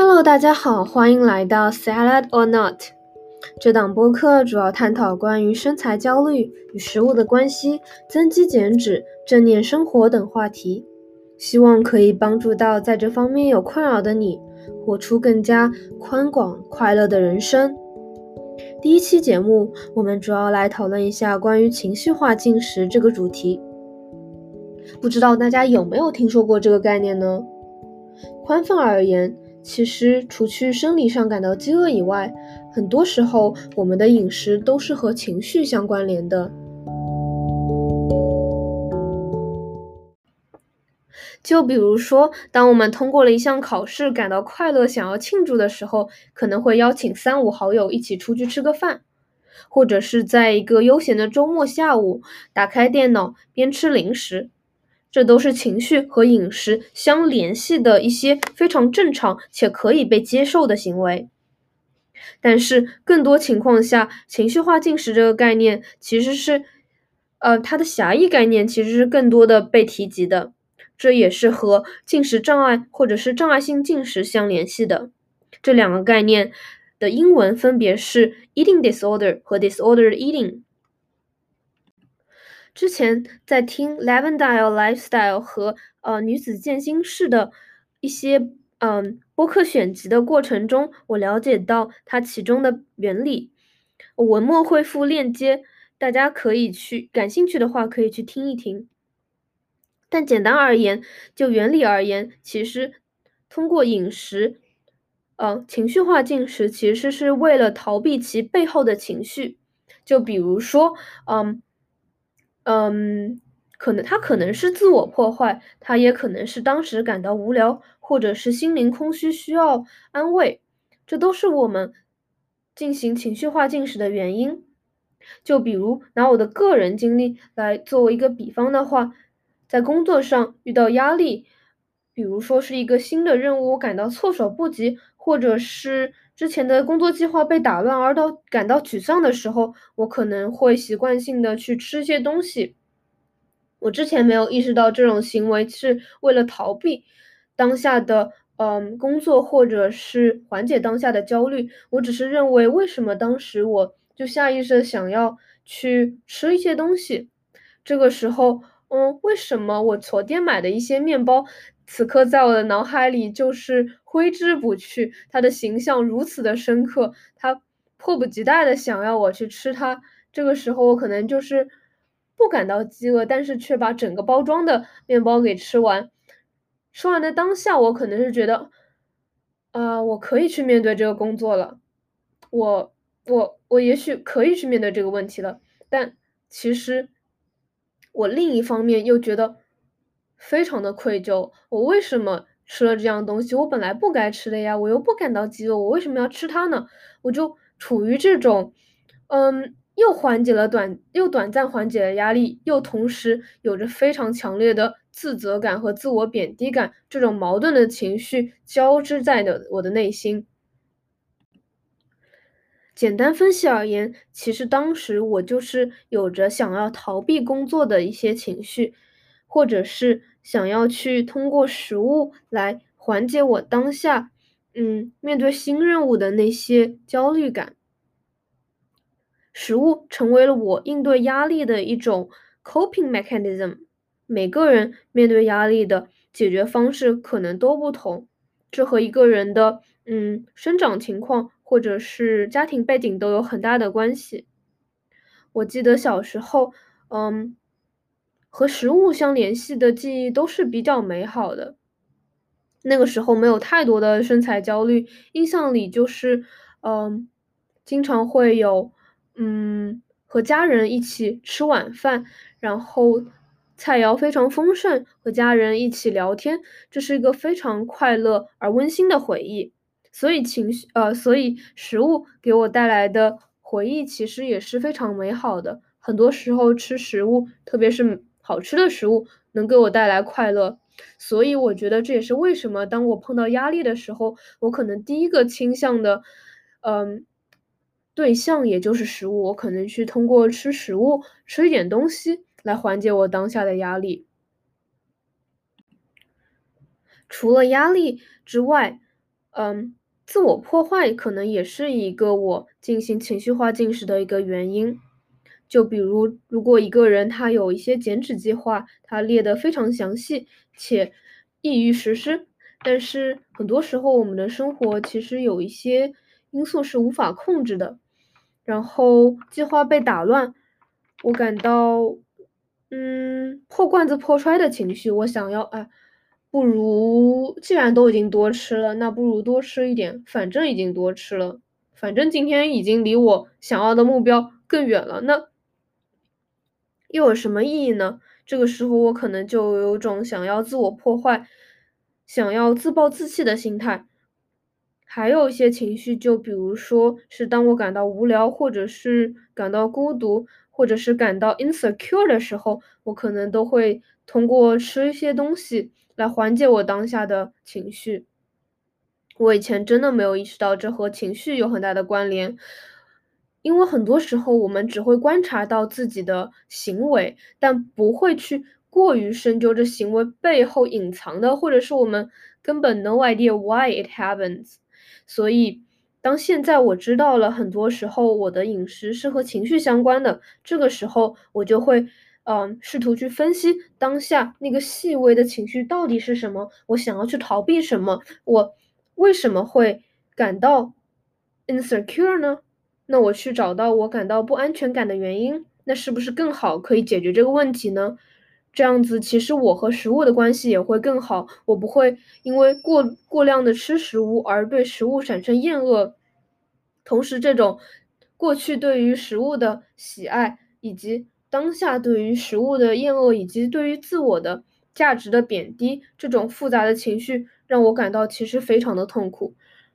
Hello， 大家好，欢迎来到 Salad or Not。这档播客主要探讨关于身材焦虑与食物的关系、增肌减脂、正念生活等话题，希望可以帮助到在这方面有困扰的你，活出更加宽广快乐的人生。第一期节目，我们主要来讨论一下关于情绪化进食这个主题。不知道大家有没有听说过这个概念呢？宽泛而言，其实除去生理上感到饥饿以外，很多时候我们的饮食都是和情绪相关联的。就比如说，当我们通过了一项考试感到快乐想要庆祝的时候，可能会邀请3、5好友一起出去吃个饭，或者是在一个悠闲的周末下午，打开电脑边吃零食。这都是情绪和饮食相联系的一些非常正常且可以被接受的行为。但是更多情况下，情绪化进食这个概念其实是它的狭义概念其实是更多的被提及的，这也是和进食障碍或者是障碍性进食相联系的。这两个概念的英文分别是 eating disorder 和 disordered eating。之前在听 Lavendale Lifestyle 和女子健心室的一些播客选集的过程中，我了解到它其中的原理。文末会附链接，大家可以去感兴趣的话可以去听一听。但简单而言，就原理而言，其实通过饮食情绪化进食其实是为了逃避其背后的情绪。就比如说可能是自我破坏，它也可能是当时感到无聊，或者是心灵空虚需要安慰，这都是我们进行情绪化进食的原因。就比如拿我的个人经历来作为一个比方的话，在工作上遇到压力，比如说是一个新的任务，我感到措手不及，或者是之前的工作计划被打乱而感到沮丧的时候，我可能会习惯性的去吃一些东西。我之前没有意识到这种行为是为了逃避当下的工作，或者是缓解当下的焦虑，我只是认为为什么当时我就下意识的想要去吃一些东西，这个时候为什么我昨天买的一些面包，此刻在我的脑海里就是挥之不去，它的形象如此的深刻，它迫不及待的想要我去吃它，这个时候我可能就是不感到饥饿，但是却把整个包装的面包给吃完。吃完的当下，我可能是觉得，我可以去面对这个工作了，我也许可以去面对这个问题了，但其实我另一方面又觉得非常的愧疚，我为什么吃了这样东西？我本来不该吃的呀，我又不感到饥饿，我为什么要吃它呢？我就处于这种，又短暂缓解了压力，又同时有着非常强烈的自责感和自我贬低感，这种矛盾的情绪交织在我的内心。简单分析而言，其实当时我就是有着想要逃避工作的一些情绪，或者是想要去通过食物来缓解我当下，面对新任务的那些焦虑感。食物成为了我应对压力的一种 coping mechanism。每个人面对压力的解决方式可能都不同，这和一个人的生长情况或者是家庭背景都有很大的关系。我记得小时候，和食物相联系的记忆都是比较美好的。那个时候没有太多的身材焦虑，印象里就是，经常会有，和家人一起吃晚饭，然后菜肴非常丰盛，和家人一起聊天，这是一个非常快乐而温馨的回忆。所以食物给我带来的回忆其实也是非常美好的。很多时候吃食物，特别是好吃的食物，能给我带来快乐。所以我觉得这也是为什么当我碰到压力的时候，我可能第一个倾向的，对象也就是食物，我可能去通过吃食物，吃一点东西来缓解我当下的压力。除了压力之外， 嗯，自我破坏可能也是一个我进行情绪化进食的一个原因。就比如，如果一个人他有一些减脂计划，他列得非常详细且易于实施，但是很多时候我们的生活其实有一些因素是无法控制的，然后计划被打乱，我感到破罐子破摔的情绪，我想要不如既然都已经多吃了，那不如多吃一点，反正已经多吃了，反正今天已经离我想要的目标更远了，那又有什么意义呢？这个时候我可能就有种想要自我破坏、想要自暴自弃的心态。还有一些情绪，就比如说是当我感到无聊，或者是感到孤独，或者是感到 insecure 的时候，我可能都会通过吃一些东西来缓解我当下的情绪。我以前真的没有意识到这和情绪有很大的关联，因为很多时候我们只会观察到自己的行为，但不会去过于深究这行为背后隐藏的，或者是我们根本 no idea why it happens。所以，当现在我知道了很多时候我的饮食是和情绪相关的，这个时候我就会，试图去分析当下那个细微的情绪到底是什么，我想要去逃避什么，我为什么会感到 insecure 呢？那我去找到我感到不安全感的原因，那是不是更好可以解决这个问题呢？这样子其实我和食物的关系也会更好，我不会因为过量的吃食物而对食物产生厌恶。同时这种过去对于食物的喜爱，以及当下对于食物的厌恶，以及对于自我的价值的贬低，这种复杂的情绪让我感到其实非常的痛苦。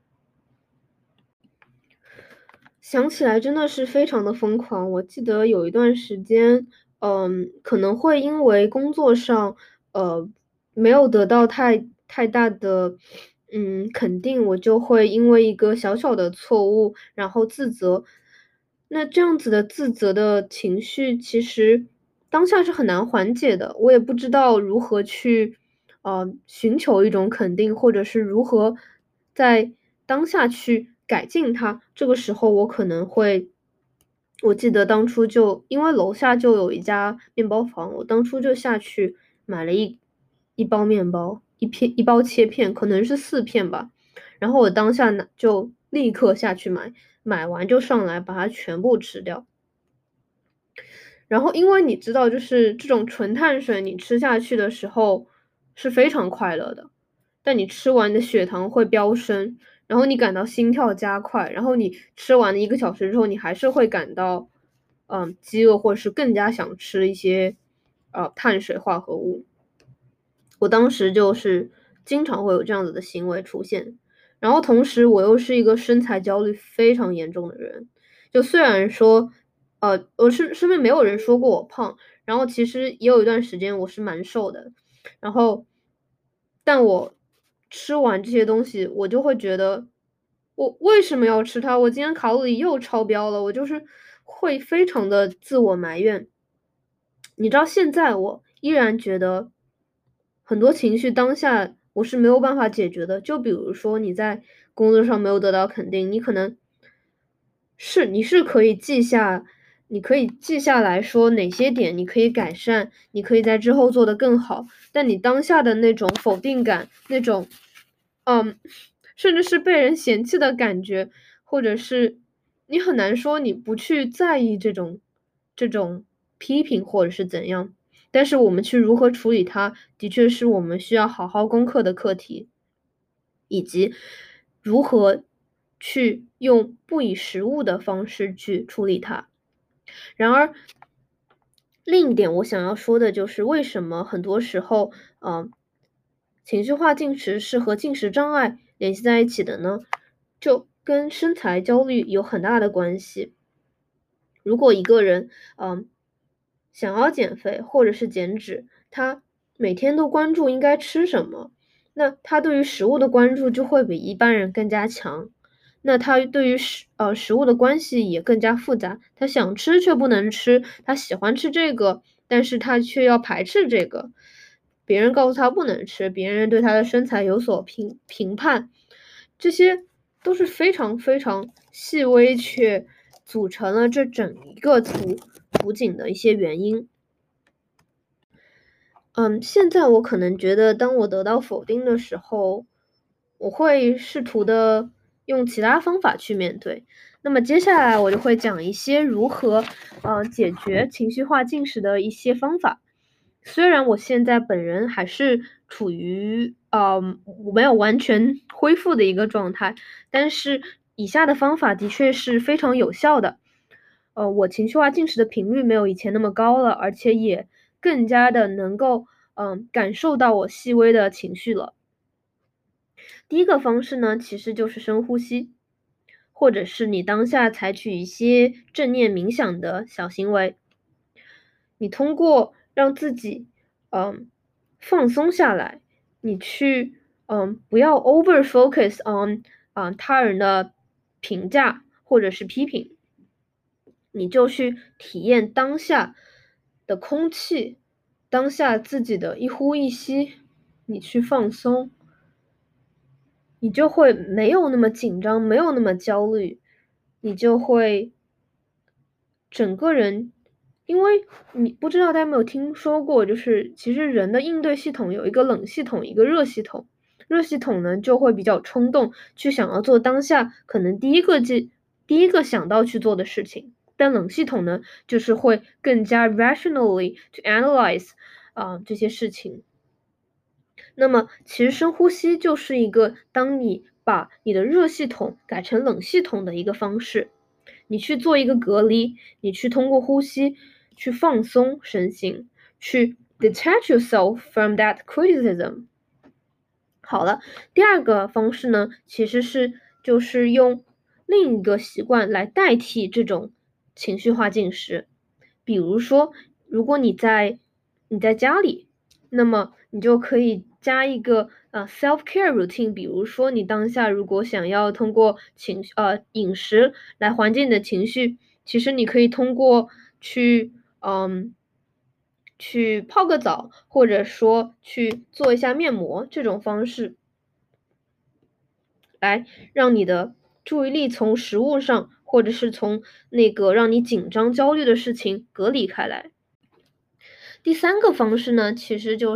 想起来真的是非常的疯狂。我记得有一段时间，可能会因为工作上，没有得到太大的，肯定，我就会因为一个小小的错误，然后自责。那这样子的自责的情绪，其实当下是很难缓解的。我也不知道如何去，寻求一种肯定，或者是如何在当下去改进它。这个时候我可能会我记得当初就因为楼下就有一家面包房，我当初就下去买了一包面包，一包切片，可能是4片吧。然后我当下就立刻下去买，买完就上来把它全部吃掉。然后因为你知道，就是这种纯碳水，你吃下去的时候是非常快乐的，但你吃完的血糖会飙升，然后你感到心跳加快，然后你吃完了1个小时之后，你还是会感到，饥饿，或者是更加想吃一些，碳水化合物。我当时就是经常会有这样子的行为出现，然后同时我又是一个身材焦虑非常严重的人，就虽然说，我身边没有人说过我胖，然后其实也有一段时间我是蛮瘦的，然后，但我吃完这些东西，我就会觉得，我为什么要吃它？我今天卡路里又超标了，我就是会非常的自我埋怨。你知道现在我依然觉得很多情绪当下我是没有办法解决的，就比如说你在工作上没有得到肯定，你是可以记下，你可以记下来说哪些点你可以改善，你可以在之后做得更好，但你当下的那种否定感，那种，嗯，甚至是被人嫌弃的感觉，或者是你很难说你不去在意这种批评或者是怎样，但是我们去如何处理它，的确是我们需要好好攻克的课题。以及如何去用不以食物的方式去处理它。然而，另一点我想要说的就是为什么很多时候，情绪化进食是和进食障碍联系在一起的呢？就跟身材焦虑有很大的关系。如果一个人，想要减肥或者是减脂，他每天都关注应该吃什么，那他对于食物的关注就会比一般人更加强。那他对于食物的关系也更加复杂，他想吃却不能吃，他喜欢吃这个，但是他却要排斥这个。别人告诉他不能吃，别人对他的身材有所评判， 这些都是非常非常细微却组成了这整一个图景的一些原因。现在我可能觉得当我得到否定的时候，我会试图的用其他方法去面对。那么接下来我就会讲一些如何，解决情绪化进食的一些方法。虽然我现在本人还是处于，我没有完全恢复的一个状态，但是以下的方法的确是非常有效的。我情绪化进食的频率没有以前那么高了，而且也更加的能够，感受到我细微的情绪了。第一个方式呢，其实就是深呼吸，或者是你当下采取一些正念冥想的小行为。你通过让自己，放松下来，你去，不要 over focus on 他人的评价或者是批评，你就去体验当下的空气，当下自己的一呼一吸，你去放松。你就会没有那么紧张，没有那么焦虑，你就会整个人因为你不知道大家有没有听说过，就是其实人的应对系统有一个冷系统，一个热系统。热系统呢，就会比较冲动，去想要做当下可能第一个想到去做的事情。但冷系统呢，就是会更加 rationally to analyze 这些事情。那么其实深呼吸就是一个当你把你的热系统改成冷系统的一个方式。你去做一个隔离，你去通过呼吸去放松身心，去 detach yourself from that criticism。好了，第二个方式呢，其实就是用另一个习惯来代替这种情绪化进食。比如说，如果你在家里，那么你就可以加一个self care routine。比如说，你当下如果想要通过饮食来缓解你的情绪，其实你可以通过去去泡个澡，或者说去做一下面膜这种方式，来让你的注意力从食物上，或者是从那个让你紧张焦虑的事情隔离开来。第三个方式呢，其实就是，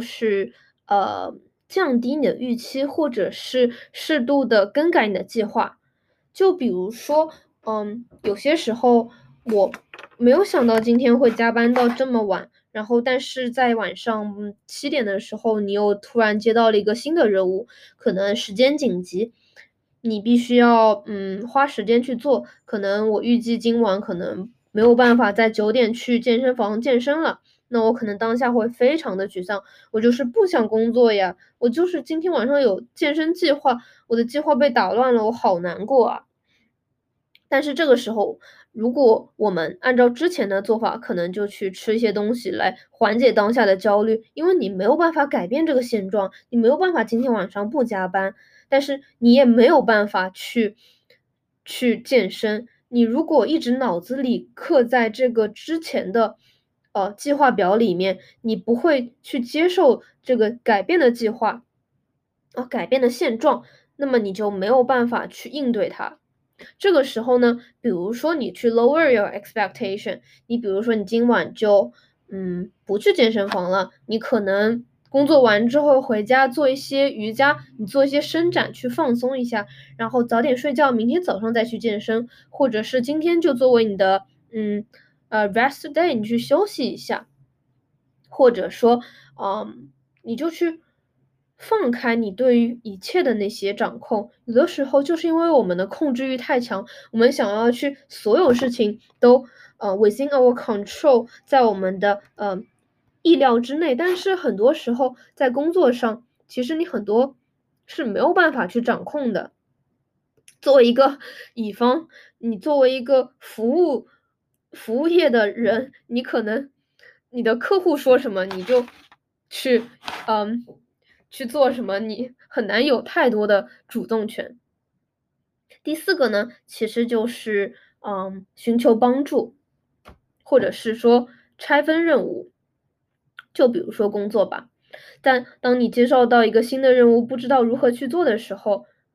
降低你的预期，或者是适度的更改你的计划。就比如说，有些时候我没有想到今天会加班到这么晚，然后但是在晚上7点的时候，你又突然接到了一个新的任务，可能时间紧急，你必须要花时间去做。可能我预计今晚可能没有办法在9点去健身房健身了。那我可能当下会非常的沮丧，我就是不想工作呀，我就是今天晚上有健身计划，我的计划被打乱了，我好难过啊。但是这个时候，如果我们按照之前的做法，可能就去吃一些东西来缓解当下的焦虑，因为你没有办法改变这个现状，你没有办法今天晚上不加班，但是你也没有办法去健身。你如果一直脑子里刻在这个之前的计划表里面，你不会去接受这个改变的计划，改变的现状，那么你就没有办法去应对它。这个时候呢，比如说你去 lower your expectation，你比如说你今晚就，不去健身房了，你可能工作完之后回家做一些瑜伽，你做一些伸展去放松一下，然后早点睡觉，明天早上再去健身，或者是今天就作为你的，rest day，你去休息一下。或者说，你就去放开你对于一切的那些掌控。有的时候就是因为我们的控制欲太强，我们想要去所有事情都within our control，在我们的意料之内。但是很多时候在工作上，其实你很多是没有办法去掌控的。作为一个乙方，你作为一个服务业的人，你可能你的客户说什么你就去嗯，去做什么，你很难有太多的主动权。第四个呢，其实就是寻求帮助，或者是说拆分任务。就比如说工作吧，但当你接受到一个新的任务，不知道如何去做的时候，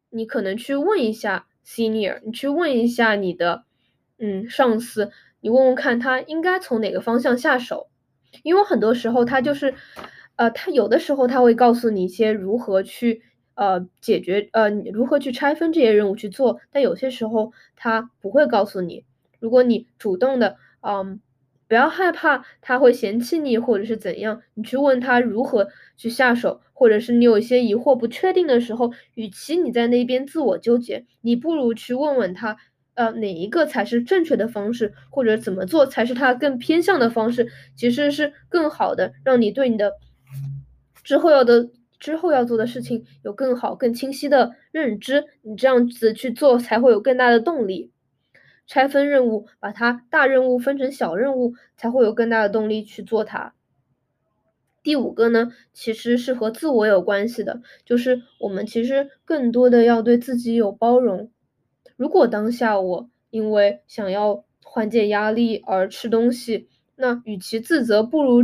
你可能去问一下 senior， 你去问一下你的上司，你问问看他应该从哪个方向下手。因为很多时候他就是他有的时候他会告诉你一些如何去解决如何去拆分这些任务去做，但有些时候他不会告诉你。如果你主动的不要害怕他会嫌弃你或者是怎样，你去问他如何去下手，或者是你有一些疑惑不确定的时候，与其你在那边自我纠结，你不如去问问他哪一个才是正确的方式，或者怎么做才是他更偏向的方式，其实是更好的，让你对你的之后要做的事情有更好、更清晰的认知，你这样子去做才会有更大的动力。拆分任务，把它大任务分成小任务，才会有更大的动力去做它。第5个呢，其实是和自我有关系的，就是我们其实更多的要对自己有包容。如果当下我因为想要缓解压力而吃东西，那与其自责，不如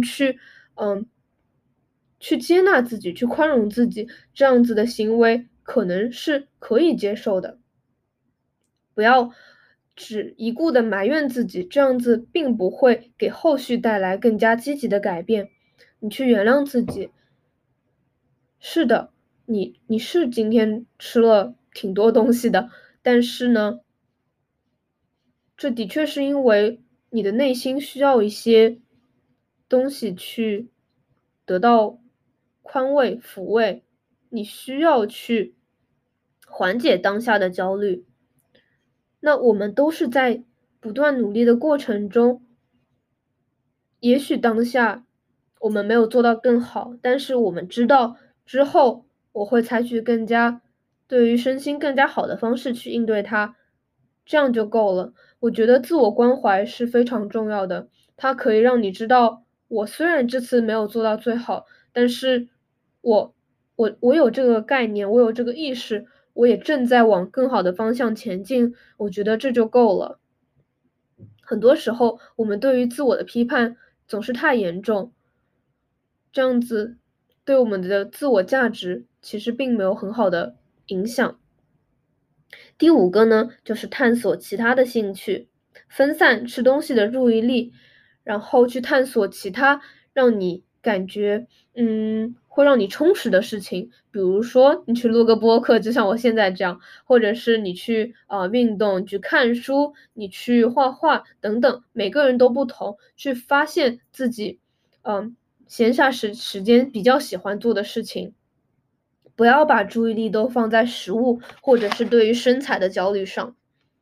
去接纳自己，去宽容自己，这样子的行为可能是可以接受的。不要只一顾的埋怨自己，这样子并不会给后续带来更加积极的改变。你去原谅自己，是的，你是今天吃了挺多东西的，但是呢，这的确是因为你的内心需要一些东西去得到宽慰、抚慰，你需要去缓解当下的焦虑。那我们都是在不断努力的过程中，也许当下我们没有做到更好，但是我们知道之后我会采取更加对于身心更加好的方式去应对它，这样就够了。我觉得自我关怀是非常重要的，它可以让你知道，我虽然这次没有做到最好，但是我有这个概念，我有这个意识，我也正在往更好的方向前进，我觉得这就够了。很多时候，我们对于自我的批判总是太严重，这样子对我们的自我价值其实并没有很好的影响。第5个呢，就是探索其他的兴趣，分散吃东西的注意力，然后去探索其他让你感觉会让你充实的事情。比如说你去录个播客，就像我现在这样，或者是你去运动，你去看书，你去画画等等，每个人都不同，去发现自己闲暇时间比较喜欢做的事情。不要把注意力都放在食物或者是对于身材的焦虑上。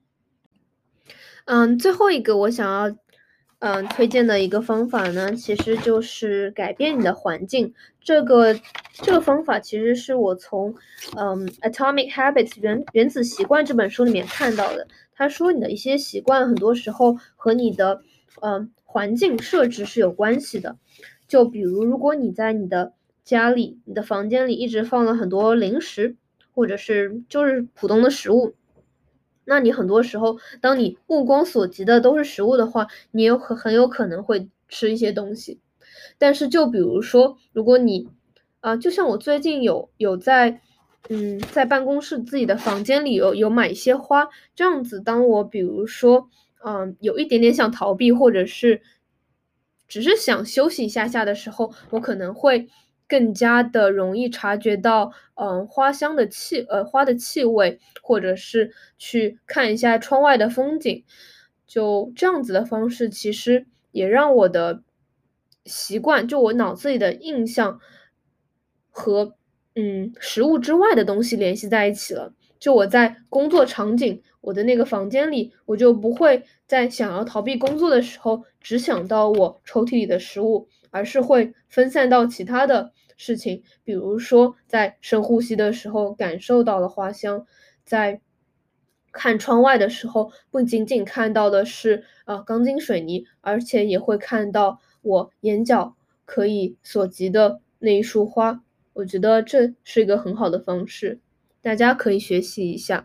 最后一个我想要推荐的一个方法呢，其实就是改变你的环境。这个方法其实是我从Atomic Habits 原子习惯这本书里面看到的。他说你的一些习惯很多时候和你的环境设置是有关系的。就比如如果你在你的家里、你的房间里一直放了很多零食，或者是就是普通的食物，那你很多时候，当你目光所及的都是食物的话，你也很有可能会吃一些东西。但是就比如说，如果你就像我最近有在在办公室自己的房间里有买一些花，这样子当我比如说有一点点想逃避，或者是只是想休息一下下的时候，我可能会更加的容易察觉到花的气味，或者是去看一下窗外的风景。就这样子的方式，其实也让我的习惯，就我脑子里的印象和食物之外的东西联系在一起了。就我在工作场景，我的那个房间里，我就不会在想要逃避工作的时候，只想到我抽屉里的食物，而是会分散到其他的事情。比如说在深呼吸的时候感受到了花香，在看窗外的时候，不仅仅看到的是钢筋水泥，而且也会看到我眼角可以所及的那一束花。我觉得这是一个很好的方式，大家可以学习一下。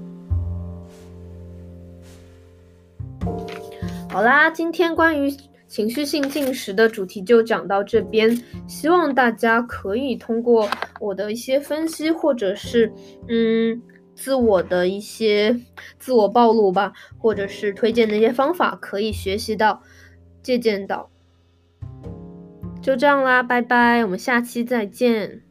好啦，今天关于情绪性进食的主题就讲到这边，希望大家可以通过我的一些分析，或者是自我的一些自我暴露吧，或者是推荐的一些方法，可以学习到、借鉴到。就这样啦，拜拜，我们下期再见。